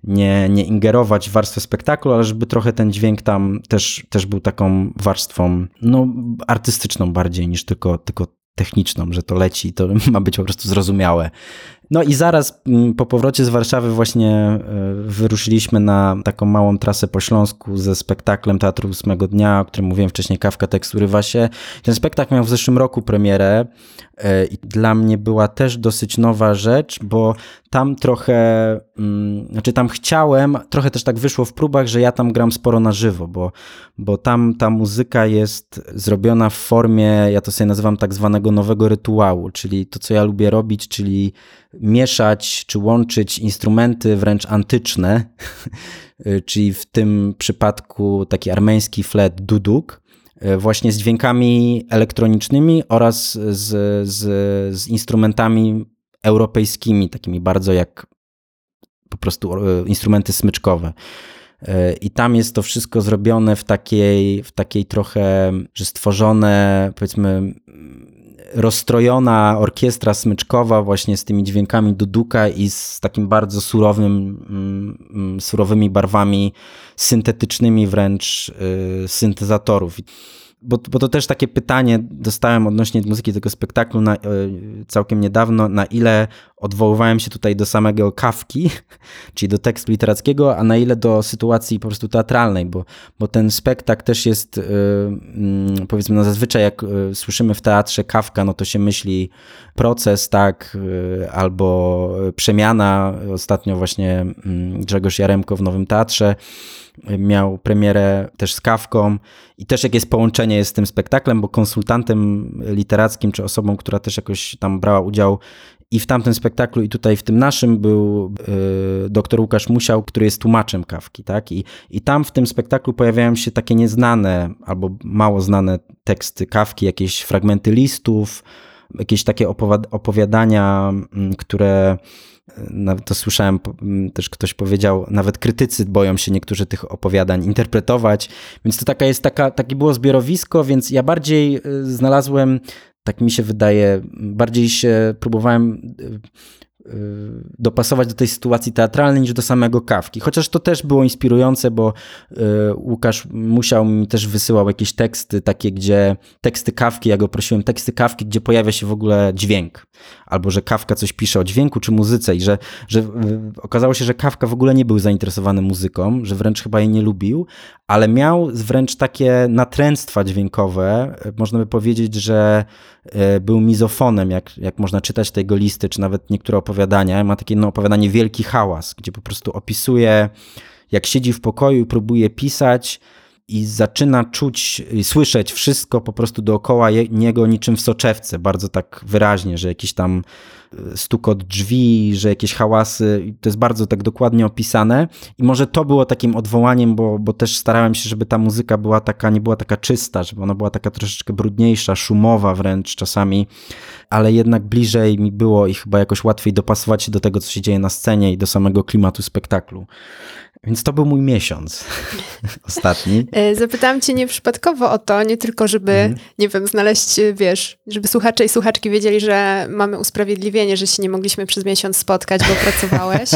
nie ingerować w warstwę spektaklu, ale żeby trochę ten dźwięk tam też był taką warstwą artystyczną bardziej niż tylko techniczną, że to leci, to ma być po prostu zrozumiałe. No i zaraz po powrocie z Warszawy właśnie wyruszyliśmy na taką małą trasę po Śląsku ze spektaklem Teatru 8 Dnia, o którym mówiłem wcześniej, Kafka, tekst urywa się. Ten spektakl miał w zeszłym roku premierę i dla mnie była też dosyć nowa rzecz, bo tam trochę, tam chciałem, trochę też tak wyszło w próbach, że ja tam gram sporo na żywo, bo tam ta muzyka jest zrobiona w formie, ja to sobie nazywam tak zwanego nowego rytuału, czyli to, co ja lubię robić, czyli mieszać czy łączyć instrumenty wręcz antyczne, czyli w tym przypadku taki armeński flet duduk, właśnie z dźwiękami elektronicznymi oraz z instrumentami europejskimi, takimi bardzo jak po prostu instrumenty smyczkowe. I tam jest to wszystko zrobione w takiej trochę, że stworzone, powiedzmy, rozstrojona orkiestra smyczkowa właśnie z tymi dźwiękami duduka i z takim bardzo surowymi barwami syntetycznymi wręcz syntezatorów. Bo to też takie pytanie dostałem odnośnie muzyki tego spektaklu całkiem niedawno, na ile odwoływałem się tutaj do samego Kafki, czyli do tekstu literackiego, a na ile do sytuacji po prostu teatralnej, bo ten spektakl też jest, powiedzmy, no zazwyczaj jak słyszymy w teatrze Kafka, no to się myśli proces, tak, albo przemiana. Ostatnio właśnie Grzegorz Jaremko w Nowym Teatrze miał premierę też z Kafką i też jakieś połączenie jest z tym spektaklem, bo konsultantem literackim czy osobą, która też jakoś tam brała udział i w tamtym spektaklu i tutaj w tym naszym był dr Łukasz Musiał, który jest tłumaczem Kafki, tak? I tam w tym spektaklu pojawiają się takie nieznane albo mało znane teksty Kafki, jakieś fragmenty listów, jakieś takie opowiadania, które nawet to słyszałem, też ktoś powiedział, nawet krytycy boją się niektórzy tych opowiadań interpretować, więc to takie było zbiorowisko, więc ja bardziej znalazłem, tak mi się wydaje, bardziej się próbowałem dopasować do tej sytuacji teatralnej niż do samego Kafki. Chociaż to też było inspirujące, bo Łukasz Musiał mi też wysyłał jakieś teksty takie, gdzie teksty Kafki, ja go prosiłem, teksty Kafki, gdzie pojawia się w ogóle dźwięk. Albo że Kafka coś pisze o dźwięku czy muzyce i że okazało się, że Kafka w ogóle nie był zainteresowany muzyką, że wręcz chyba jej nie lubił, ale miał wręcz takie natręctwa dźwiękowe. Można by powiedzieć, że był mizofonem, jak można czytać te jego listy, czy nawet niektóre opowiadania. Ma takie opowiadanie Wielki Hałas, gdzie po prostu opisuje, jak siedzi w pokoju i próbuje pisać i zaczyna czuć i słyszeć wszystko po prostu dookoła niego niczym w soczewce, bardzo tak wyraźnie, że jakiś tam stukot drzwi, że jakieś hałasy, to jest bardzo tak dokładnie opisane i może to było takim odwołaniem, bo też starałem się, żeby ta muzyka była taka, nie była taka czysta, żeby ona była taka troszeczkę brudniejsza, szumowa wręcz czasami, ale jednak bliżej mi było i chyba jakoś łatwiej dopasować się do tego, co się dzieje na scenie i do samego klimatu spektaklu. Więc to był mój miesiąc ostatni. Zapytałam cię nieprzypadkowo o to, nie tylko żeby, nie wiem, znaleźć, żeby słuchacze i słuchaczki wiedzieli, że mamy usprawiedliwienie, że się nie mogliśmy przez miesiąc spotkać, bo pracowałeś.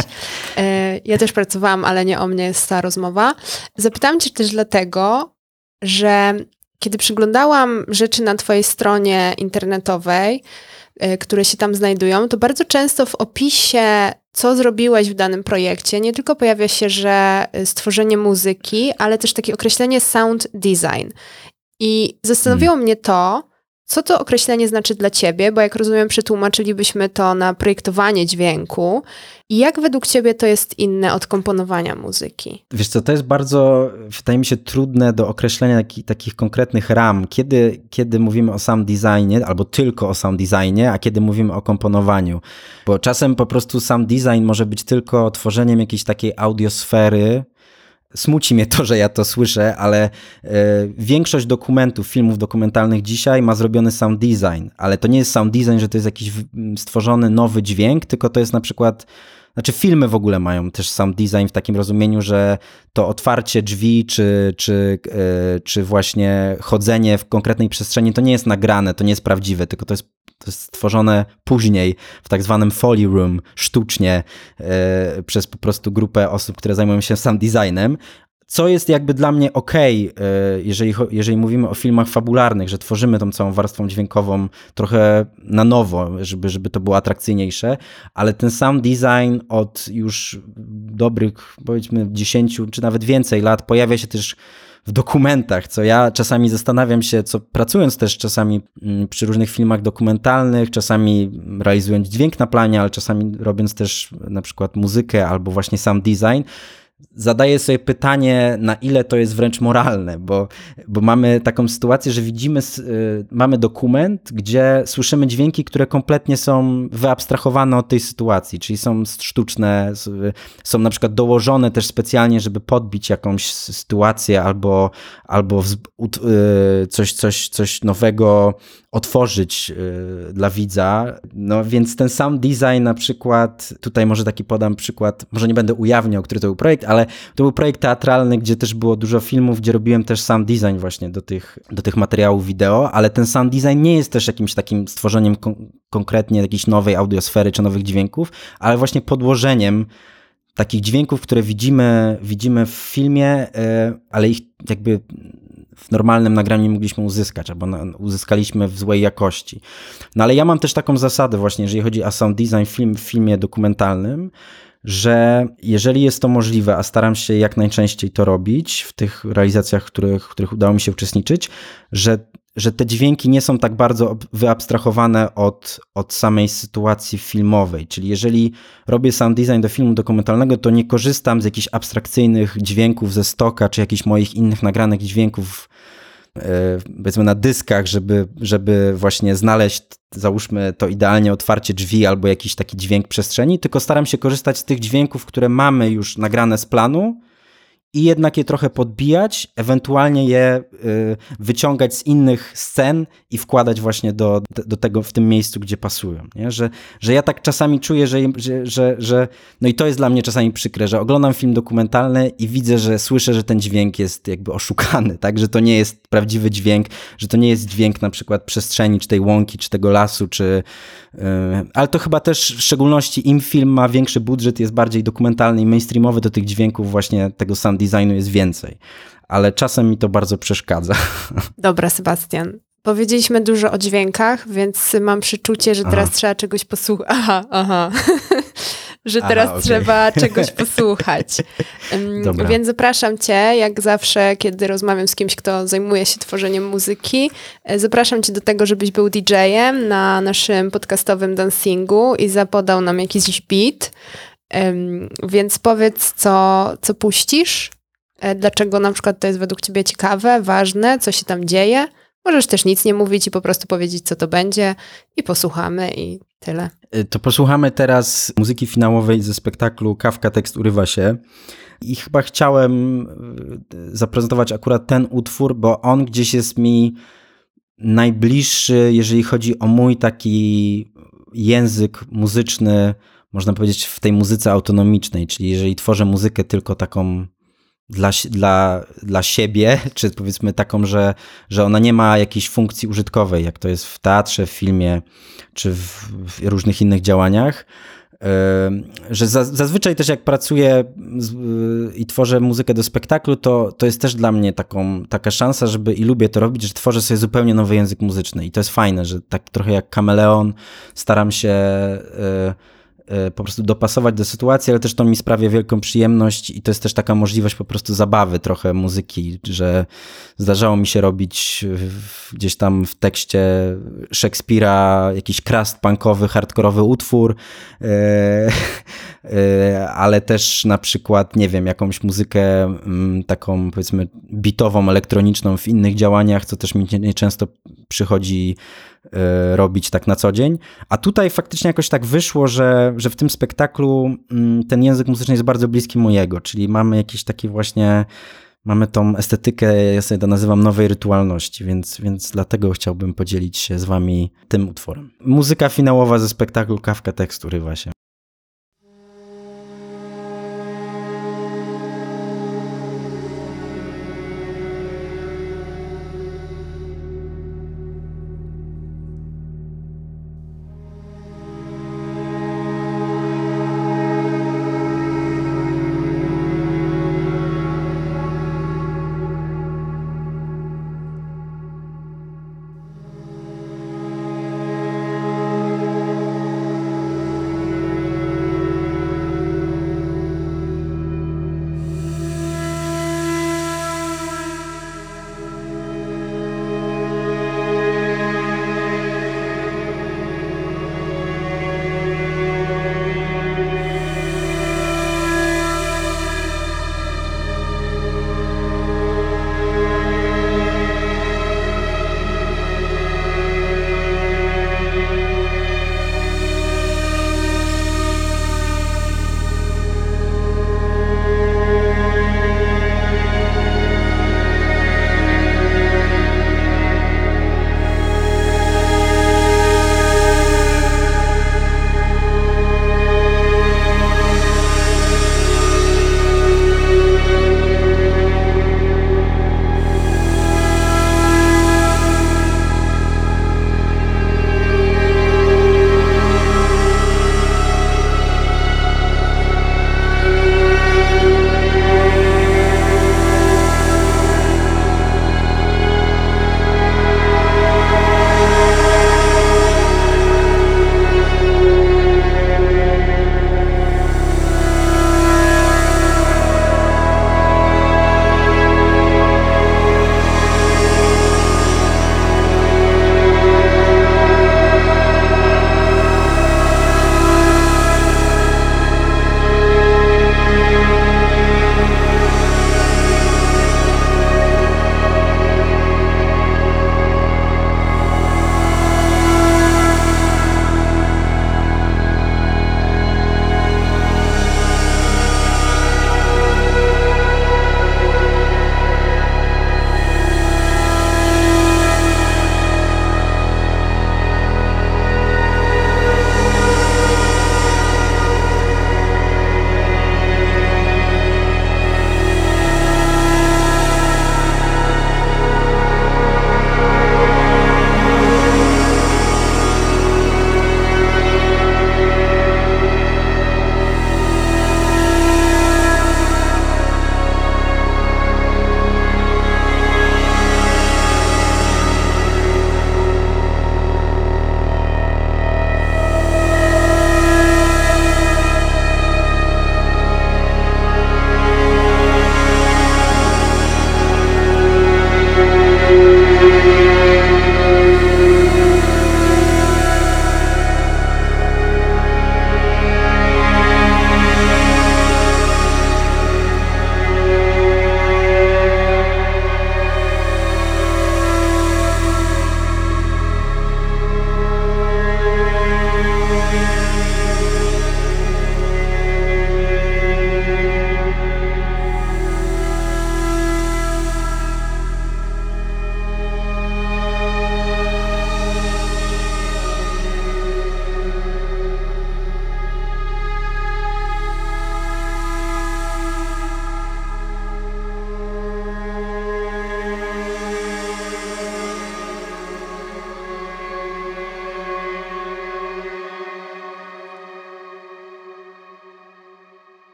Ja też pracowałam, ale nie o mnie jest ta rozmowa. Zapytałam cię też dlatego, że kiedy przyglądałam rzeczy na twojej stronie internetowej, które się tam znajdują, to bardzo często w opisie, co zrobiłeś w danym projekcie, nie tylko pojawia się, że stworzenie muzyki, ale też takie określenie sound design. I zastanowiło mnie to, co to określenie znaczy dla ciebie, bo jak rozumiem, przetłumaczylibyśmy to na projektowanie dźwięku. I jak według ciebie to jest inne od komponowania muzyki? Wiesz co, to jest bardzo, wydaje mi się, trudne do określenia takich konkretnych ram. Kiedy mówimy o sound designie, albo tylko o sound designie, a kiedy mówimy o komponowaniu. Bo czasem po prostu sound design może być tylko tworzeniem jakiejś takiej audiosfery. Smuci mnie to, że ja to słyszę, ale większość dokumentów, filmów dokumentalnych dzisiaj ma zrobiony sound design, ale to nie jest sound design, że to jest jakiś stworzony nowy dźwięk, tylko to jest na przykład znaczy filmy w ogóle mają też sound design w takim rozumieniu, że to otwarcie drzwi, czy właśnie chodzenie w konkretnej przestrzeni, to nie jest nagrane, to nie jest prawdziwe, tylko to jest stworzone później w tak zwanym Foley Room, sztucznie, przez po prostu grupę osób, które zajmują się sound designem. Co jest jakby dla mnie okej, jeżeli mówimy o filmach fabularnych, że tworzymy tą całą warstwą dźwiękową trochę na nowo, żeby to było atrakcyjniejsze, ale ten sound design od już dobrych, powiedzmy 10 czy nawet więcej lat pojawia się też w dokumentach, co ja czasami zastanawiam się, co pracując też czasami przy różnych filmach dokumentalnych, czasami realizując dźwięk na planie, ale czasami robiąc też na przykład muzykę albo właśnie sound design, zadaję sobie pytanie, na ile to jest wręcz moralne, bo mamy taką sytuację, że mamy dokument, gdzie słyszymy dźwięki, które kompletnie są wyabstrahowane od tej sytuacji, czyli są sztuczne, są na przykład dołożone też specjalnie, żeby podbić jakąś sytuację albo coś nowego otworzyć dla widza. No więc ten sound design na przykład, tutaj może taki podam przykład, może nie będę ujawniał, który to był projekt, ale to był projekt teatralny, gdzie też było dużo filmów, gdzie robiłem też sound design właśnie do tych materiałów wideo, ale ten sound design nie jest też jakimś takim stworzeniem konkretnie jakiejś nowej audiosfery czy nowych dźwięków, ale właśnie podłożeniem takich dźwięków, które widzimy w filmie, ale ich jakby w normalnym nagraniu nie mogliśmy uzyskać, albo uzyskaliśmy w złej jakości. No ale ja mam też taką zasadę właśnie, jeżeli chodzi o sound design w filmie dokumentalnym, że jeżeli jest to możliwe, a staram się jak najczęściej to robić w tych realizacjach, w których udało mi się uczestniczyć, że te dźwięki nie są tak bardzo wyabstrahowane od samej sytuacji filmowej. Czyli jeżeli robię sound design do filmu dokumentalnego, to nie korzystam z jakichś abstrakcyjnych dźwięków ze stocka, czy jakichś moich innych nagranych dźwięków, powiedzmy na dyskach, żeby właśnie znaleźć, załóżmy to idealnie otwarcie drzwi albo jakiś taki dźwięk przestrzeni, tylko staram się korzystać z tych dźwięków, które mamy już nagrane z planu i jednak je trochę podbijać, ewentualnie je wyciągać z innych scen i wkładać właśnie do tego w tym miejscu, gdzie pasują. Nie? Że ja tak czasami czuję, że no i to jest dla mnie czasami przykre, że oglądam film dokumentalny i widzę, słyszę, że ten dźwięk jest jakby oszukany, tak? Że to nie jest prawdziwy dźwięk, że to nie jest dźwięk na przykład przestrzeni, czy tej łąki, czy tego lasu, ale to chyba też w szczególności im film ma większy budżet, jest bardziej dokumentalny i mainstreamowy, to tych dźwięków właśnie tego sound designu jest więcej. Ale czasem mi to bardzo przeszkadza. Dobra, Sebastian. Powiedzieliśmy dużo o dźwiękach, więc mam przeczucie, że teraz trzeba czegoś posłuchać. Aha. Że teraz trzeba czegoś posłuchać. Więc zapraszam cię, jak zawsze, kiedy rozmawiam z kimś, kto zajmuje się tworzeniem muzyki, zapraszam cię do tego, żebyś był DJ-em na naszym podcastowym dancingu i zapodał nam jakiś beat. Więc powiedz, co puścisz, dlaczego na przykład to jest według ciebie ciekawe, ważne, co się tam dzieje. Możesz też nic nie mówić i po prostu powiedzieć, co to będzie i posłuchamy i tyle. To posłuchamy teraz muzyki finałowej ze spektaklu Kafka tekst urywa się i chyba chciałem zaprezentować akurat ten utwór, bo on gdzieś jest mi najbliższy, jeżeli chodzi o mój taki język muzyczny, można powiedzieć w tej muzyce autonomicznej, czyli jeżeli tworzę muzykę tylko taką dla siebie, czy powiedzmy taką, że ona nie ma jakiejś funkcji użytkowej, jak to jest w teatrze, w filmie, czy w różnych innych działaniach, że zazwyczaj też jak pracuję i tworzę muzykę do spektaklu, to jest też dla mnie taka szansa, i lubię to robić, że tworzę sobie zupełnie nowy język muzyczny i to jest fajne, że tak trochę jak kameleon staram się po prostu dopasować do sytuacji, ale też to mi sprawia wielką przyjemność i to jest też taka możliwość po prostu zabawy trochę muzyki, że zdarzało mi się robić gdzieś tam w tekście Szekspira jakiś crust punkowy, hardkorowy utwór, ale też na przykład, nie wiem, jakąś muzykę taką powiedzmy bitową, elektroniczną w innych działaniach, co też mi nieczęsto przychodzi robić tak na co dzień. A tutaj faktycznie jakoś tak wyszło, że w tym spektaklu ten język muzyczny jest bardzo bliski mojego, czyli mamy jakieś takie właśnie, mamy tą estetykę, ja sobie to nazywam nowej rytualności, więc dlatego chciałbym podzielić się z wami tym utworem. Muzyka finałowa ze spektaklu Kafka tekst urywa się.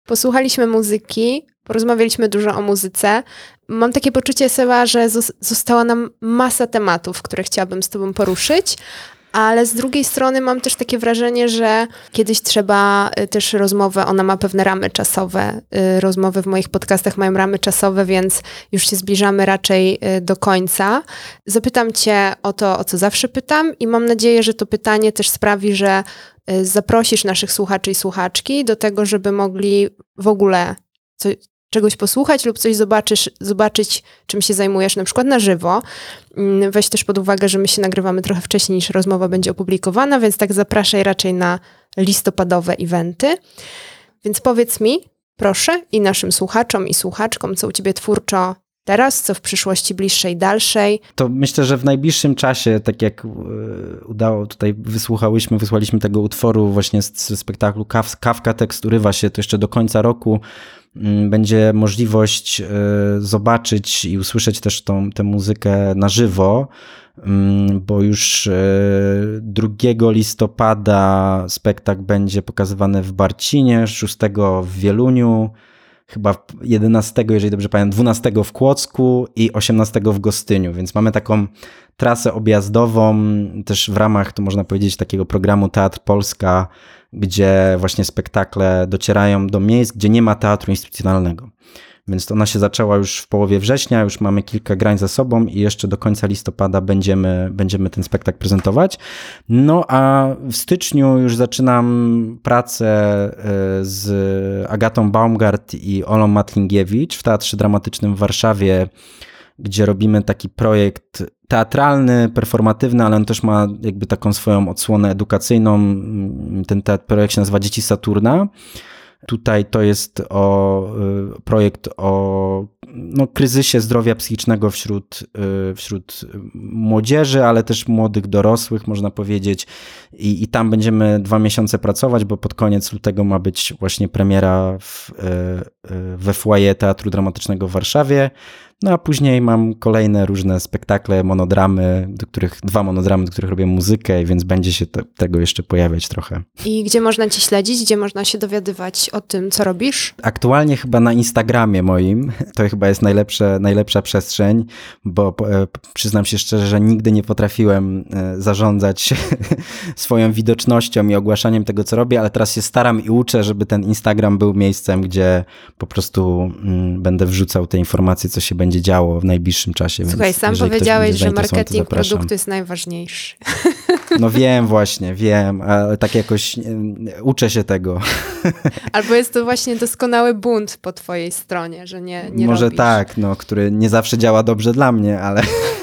Posłuchaliśmy muzyki, porozmawialiśmy dużo o muzyce. Mam takie poczucie, Seba, że została nam masa tematów, które chciałabym z tobą poruszyć, ale z drugiej strony mam też takie wrażenie, że kiedyś trzeba też rozmowę, ona ma pewne ramy czasowe. Rozmowy w moich podcastach mają ramy czasowe, więc już się zbliżamy raczej do końca. Zapytam cię o to, o co zawsze pytam i mam nadzieję, że to pytanie też sprawi, że zaprosisz naszych słuchaczy i słuchaczki do tego, żeby mogli w ogóle czegoś posłuchać lub coś zobaczyć, czym się zajmujesz, na przykład na żywo. Weź też pod uwagę, że my się nagrywamy trochę wcześniej niż rozmowa będzie opublikowana, więc tak zapraszaj raczej na listopadowe eventy. Więc powiedz mi, proszę, i naszym słuchaczom i słuchaczkom, co u ciebie twórczo teraz, co w przyszłości bliższej, dalszej. To myślę, że w najbliższym czasie, tak jak udało, tutaj wysłaliśmy tego utworu właśnie z spektaklu Kafka, tekst urywa się, to jeszcze do końca roku będzie możliwość zobaczyć i usłyszeć też tę muzykę na żywo, bo już 2 listopada spektakl będzie pokazywany w Barcinie, 6 w Wieluniu, chyba 11, jeżeli dobrze pamiętam, 12 w Kłodzku i 18 w Gostyniu, więc mamy taką trasę objazdową też w ramach, to można powiedzieć, takiego programu Teatr Polska, gdzie właśnie spektakle docierają do miejsc, gdzie nie ma teatru instytucjonalnego. Więc ona się zaczęła już w połowie września, już mamy kilka grań za sobą i jeszcze do końca listopada będziemy ten spektakl prezentować. No a w styczniu już zaczynam pracę z Agatą Baumgart i Olą Matlingiewicz w Teatrze Dramatycznym w Warszawie, gdzie robimy taki projekt teatralny, performatywny, ale on też ma jakby taką swoją odsłonę edukacyjną. Ten projekt się nazywa Dzieci Saturna. Tutaj to jest projekt o kryzysie zdrowia psychicznego wśród młodzieży, ale też młodych dorosłych, można powiedzieć. I tam będziemy 2 miesiące pracować, bo pod koniec lutego ma być właśnie premiera we foyer Teatru Dramatycznego w Warszawie. No a później mam kolejne różne spektakle, 2 monodramy, do których robię muzykę, więc będzie się tego jeszcze pojawiać trochę. I gdzie można cię śledzić? Gdzie można się dowiadywać o tym, co robisz? Aktualnie chyba na Instagramie moim. To chyba jest najlepsza przestrzeń, bo przyznam się szczerze, że nigdy nie potrafiłem zarządzać swoją widocznością i ogłaszaniem tego, co robię, ale teraz się staram i uczę, żeby ten Instagram był miejscem, gdzie po prostu będę wrzucał te informacje, co się będzie działo w najbliższym czasie. Słuchaj, sam powiedziałeś, że marketing produktu jest najważniejszy. No wiem, ale tak jakoś uczę się tego. Albo jest to właśnie doskonały bunt po twojej stronie, że nie może robisz. Tak, który nie zawsze działa dobrze dla mnie, ale...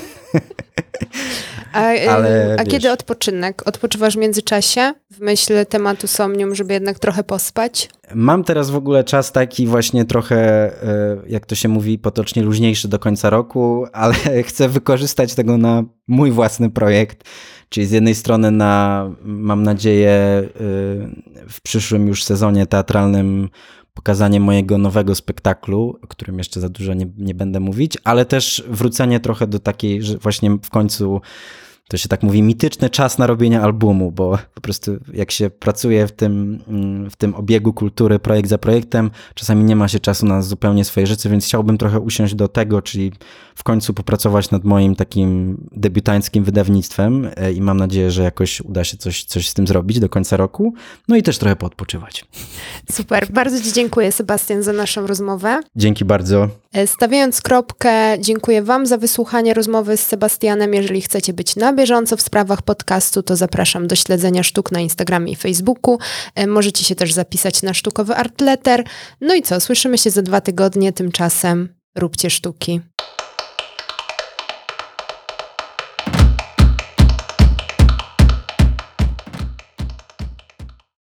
A kiedy odpoczynek? Odpoczywasz w międzyczasie w myśl tematu Somnium, żeby jednak trochę pospać? Mam teraz w ogóle czas taki właśnie trochę, jak to się mówi potocznie, luźniejszy do końca roku, ale chcę wykorzystać tego na mój własny projekt. Czyli z jednej strony mam nadzieję w przyszłym już sezonie teatralnym pokazanie mojego nowego spektaklu, o którym jeszcze za dużo nie będę mówić, ale też wrócenie trochę do takiej, że właśnie w końcu to się tak mówi, mityczny czas na robienie albumu, bo po prostu jak się pracuje w tym obiegu kultury, projekt za projektem, czasami nie ma się czasu na zupełnie swoje rzeczy, więc chciałbym trochę usiąść do tego, czyli w końcu popracować nad moim takim debiutanckim wydawnictwem i mam nadzieję, że jakoś uda się coś z tym zrobić do końca roku, no i też trochę poodpoczywać. Super, bardzo ci dziękuję, Sebastian, za naszą rozmowę. Dzięki bardzo. Stawiając kropkę, dziękuję wam za wysłuchanie rozmowy z Sebastianem. Jeżeli chcecie być na bieżąco w sprawach podcastu, to zapraszam do śledzenia sztuk na Instagramie i Facebooku. Możecie się też zapisać na sztukowy Artletter. No i co, słyszymy się za 2 tygodnie, tymczasem róbcie sztuki.